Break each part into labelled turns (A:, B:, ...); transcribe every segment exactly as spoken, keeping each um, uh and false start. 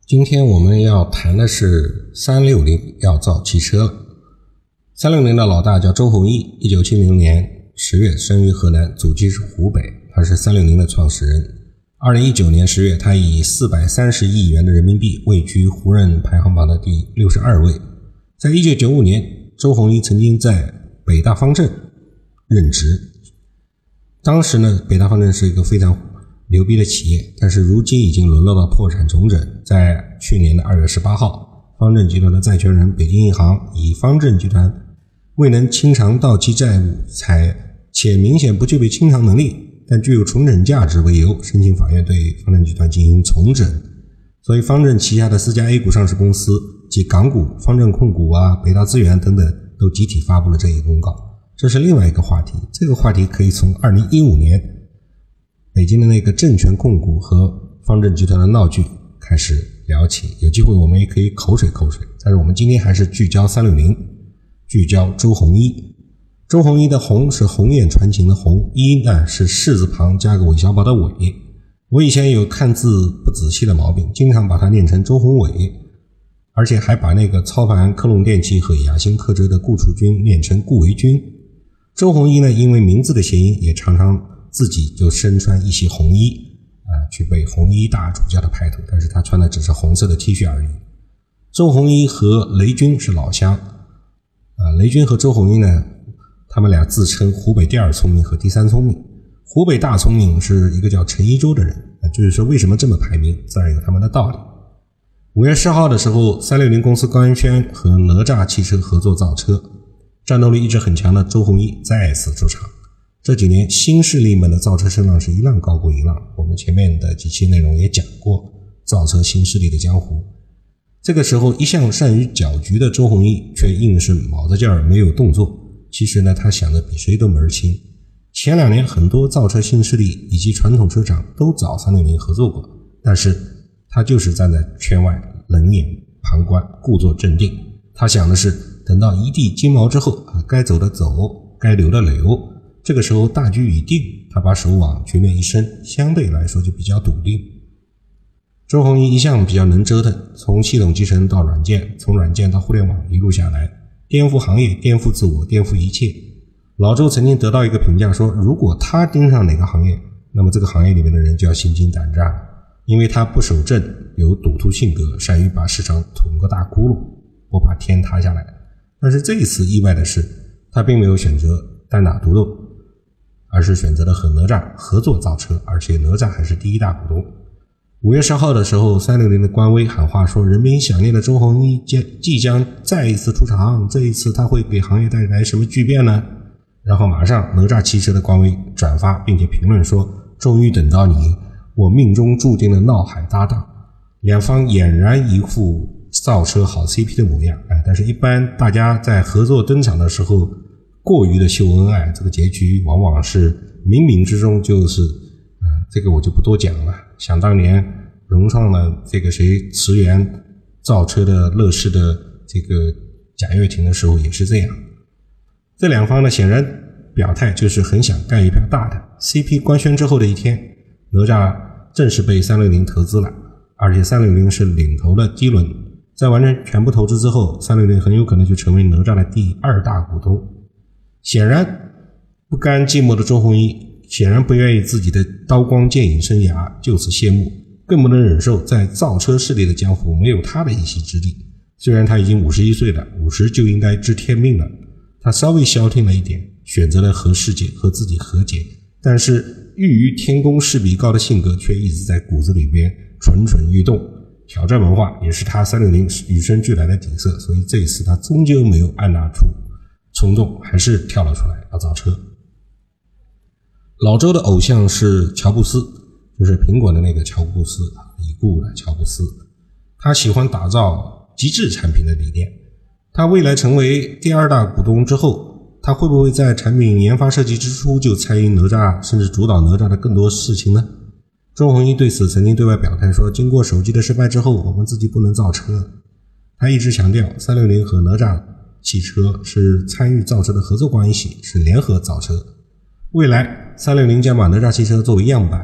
A: 今天我们要谈的是三六零要造汽车了。三六零的老大叫周鸿祎，一九七零年十月生于河南，祖籍是湖北，他是三六零的创始人。二零一九年十月，他以四百三十亿元的人民币位居胡润排行榜的第六十二位。在一九九五年，周鸿祎曾经在北大方正任职。当时呢，北大方正是一个非常牛逼的企业，但是如今已经沦落到破产重整。在去年的二月十八号，方正集团的债权人北京银行以方正集团未能清偿到期债务才且明显不具备清偿能力，但具有重整价值为由，申请法院对方正集团进行重整。所以方正旗下的四家 A 股上市公司及港股、方正控股啊、北大资源等等都集体发布了这一公告。这是另外一个话题，这个话题可以从二零一五年北京的那个证券控股和方正集团的闹剧开始聊起，有机会我们也可以口水口水，但是我们今天还是聚焦三六零，聚焦周鸿祎。周鸿祎的鸿是鸿雁传情的鸿，祎呢是士字旁加个韦小宝的韦。我以前有看字不仔细的毛病，经常把它念成周鸿伟，而且还把那个操盘科隆电器和雅兴科哲的顾楚军念成顾维钧。周鸿祎呢，因为名字的谐音，也常常自己就身穿一袭红衣啊，去背红衣大主教的派头，但是他穿的只是红色的 T 恤而已。周鸿祎和雷军是老乡啊，雷军和周鸿祎呢，他们俩自称湖北第二聪明和第三聪明。湖北大聪明是一个叫陈一舟的人，就是说为什么这么排名，自然有他们的道理。五月十号的时候，三六零公司官宣和哪吒汽车合作造车，战斗力一直很强的周鸿祎再次出场。这几年新势力们的造车声浪是一浪高过一浪，我们前面的几期内容也讲过造车新势力的江湖。这个时候一向善于搅局的周鸿祎却硬是卯着劲儿没有动作。其实呢，他想的比谁都门儿清。前两年很多造车新势力以及传统车厂都找三六零合作过，但是他就是站在圈外冷眼旁观，故作镇定。他想的是等到一地鸡毛之后，该走的走，该留的留，这个时候大局已定，他把手往局内一伸，相对来说就比较笃定。周鸿祎一向比较能折腾，从系统集成到软件，从软件到互联网，一路下来颠覆行业，颠覆自我，颠覆一切。老周曾经得到一个评价说，如果他盯上哪个行业，那么这个行业里面的人就要心惊胆战，因为他不守正，有赌徒性格，善于把市场捅个大窟窿，不怕天塌下来。但是这一次意外的是，他并没有选择单打独斗，而是选择了和哪吒合作造车，而且哪吒还是第一大股东。五月十号的时候，三六零的官微喊话说，人民想念的周鸿祎即将再一次出场，这一次他会给行业带来什么巨变呢？然后马上哪吒汽车的官微转发并且评论说，终于等到你，我命中注定的闹海搭档。两方俨然一副造车好 C P 的模样，哎，但是一般大家在合作登场的时候过于的秀恩爱，这个结局往往是冥冥之中就是啊、呃，这个我就不多讲了。想当年融创了这个谁驰援造车的乐视的这个贾跃亭的时候也是这样。这两方呢显然表态就是很想干一票大的。 C P 官宣之后的一天，哪吒正式被三六零投资了，而且三六零是领头的第一轮，在完成全部投资之后，三六零很有可能就成为哪吒的第二大股东。显然不甘寂寞的周鸿祎显然不愿意自己的刀光剑影生涯就此谢幕，更不能忍受在造车势力的江湖没有他的一席之地。虽然他已经五十一岁了，五十就应该知天命了，他稍微消停了一点，选择了和世界和自己和解，但是欲于天公事比高的性格却一直在骨子里边蠢蠢欲动。挑战文化也是他三六零与生俱来的底色，所以这一次他终究没有按捺住冲动，还是跳了出来要造车。老周的偶像是乔布斯，就是苹果的那个乔布斯，已故的乔布斯。他喜欢打造极致产品的理念。他未来成为第二大股东之后，他会不会在产品研发设计之初就参与哪吒，甚至主导哪吒的更多事情呢？周鸿祎对此曾经对外表态说，经过手机的失败之后，我们自己不能造车。他一直强调三六零和哪吒汽车是参与造车的合作关系，是联合造车。未来三六零将把哪吒汽车作为样板，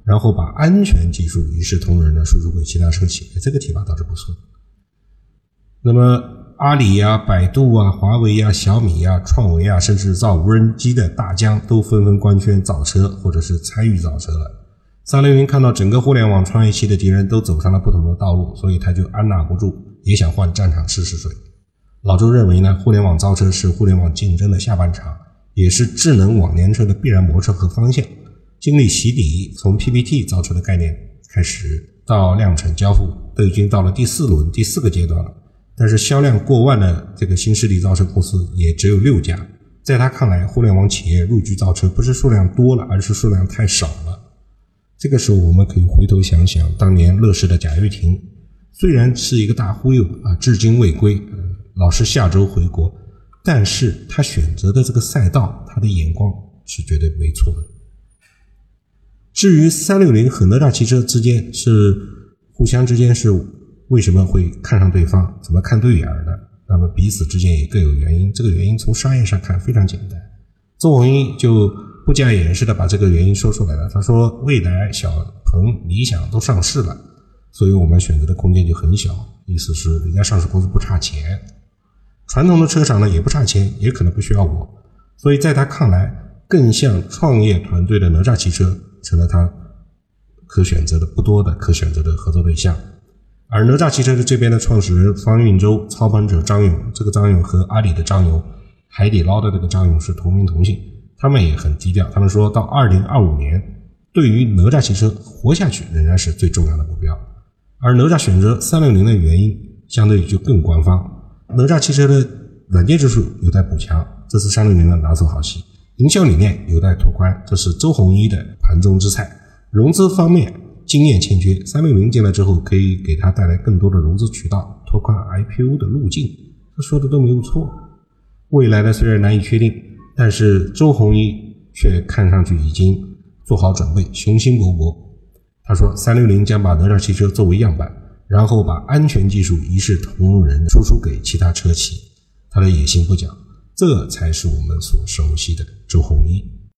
A: 然后把安全技术一视同仁的输出给其他车企，这个提法倒是不错。那么阿里啊、百度啊、华为啊、小米啊、创维啊，甚至造无人机的大疆都纷纷官宣造车或者是参与造车了。三六零看到整个互联网创业期的敌人都走上了不同的道路，所以他就按捺不住，也想换战场试试水。老周认为呢，互联网造车是互联网竞争的下半场，也是智能网联车的必然模式和方向。经历洗礼，从 P P T 造车的概念开始到量产交付，都已经到了第四轮第四个阶段了。但是销量过万的这个新势力造车公司也只有六家。在他看来，互联网企业入局造车不是数量多了，而是数量太少了。这个时候我们可以回头想想当年乐视的贾跃亭，虽然是一个大忽悠啊，至今未归、呃、老是下周回国，但是他选择的这个赛道，他的眼光是绝对没错的。至于三六零和哪吒汽车之间是互相之间是为什么会看上对方，怎么看对眼的，那么彼此之间也各有原因。这个原因从商业上看非常简单，周鸿祎就不加掩饰的把这个原因说出来了。他说未来、小鹏、理想都上市了，所以我们选择的空间就很小，意思是人家上市公司不差钱，传统的车厂呢也不差钱，也可能不需要我。所以在他看来，更像创业团队的哪吒汽车成了他可选择的不多的可选择的合作对象。而哪吒汽车的这边的创始人方运舟、操盘者张勇，这个张勇和阿里的张勇、海底捞的这个张勇是同名同姓，他们也很低调。他们说到二零二五年，对于哪吒汽车活下去仍然是最重要的目标。而哪吒选择三六零的原因相对就更官方，哪吒汽车的软件技术有待补强，这是三六零的拿手好戏；营销理念有待拓宽，这是周鸿祎的盘中之菜；融资方面经验欠缺，三六零进来之后可以给他带来更多的融资渠道，拓宽 I P O 的路径，这说的都没有错。未来呢虽然难以确定，但是周鸿祎却看上去已经做好准备，雄心勃勃。他说三六零将把哪吒汽车作为样板，然后把安全技术一视同仁输出给其他车企。他的野心不小，这才是我们所熟悉的周鸿祎。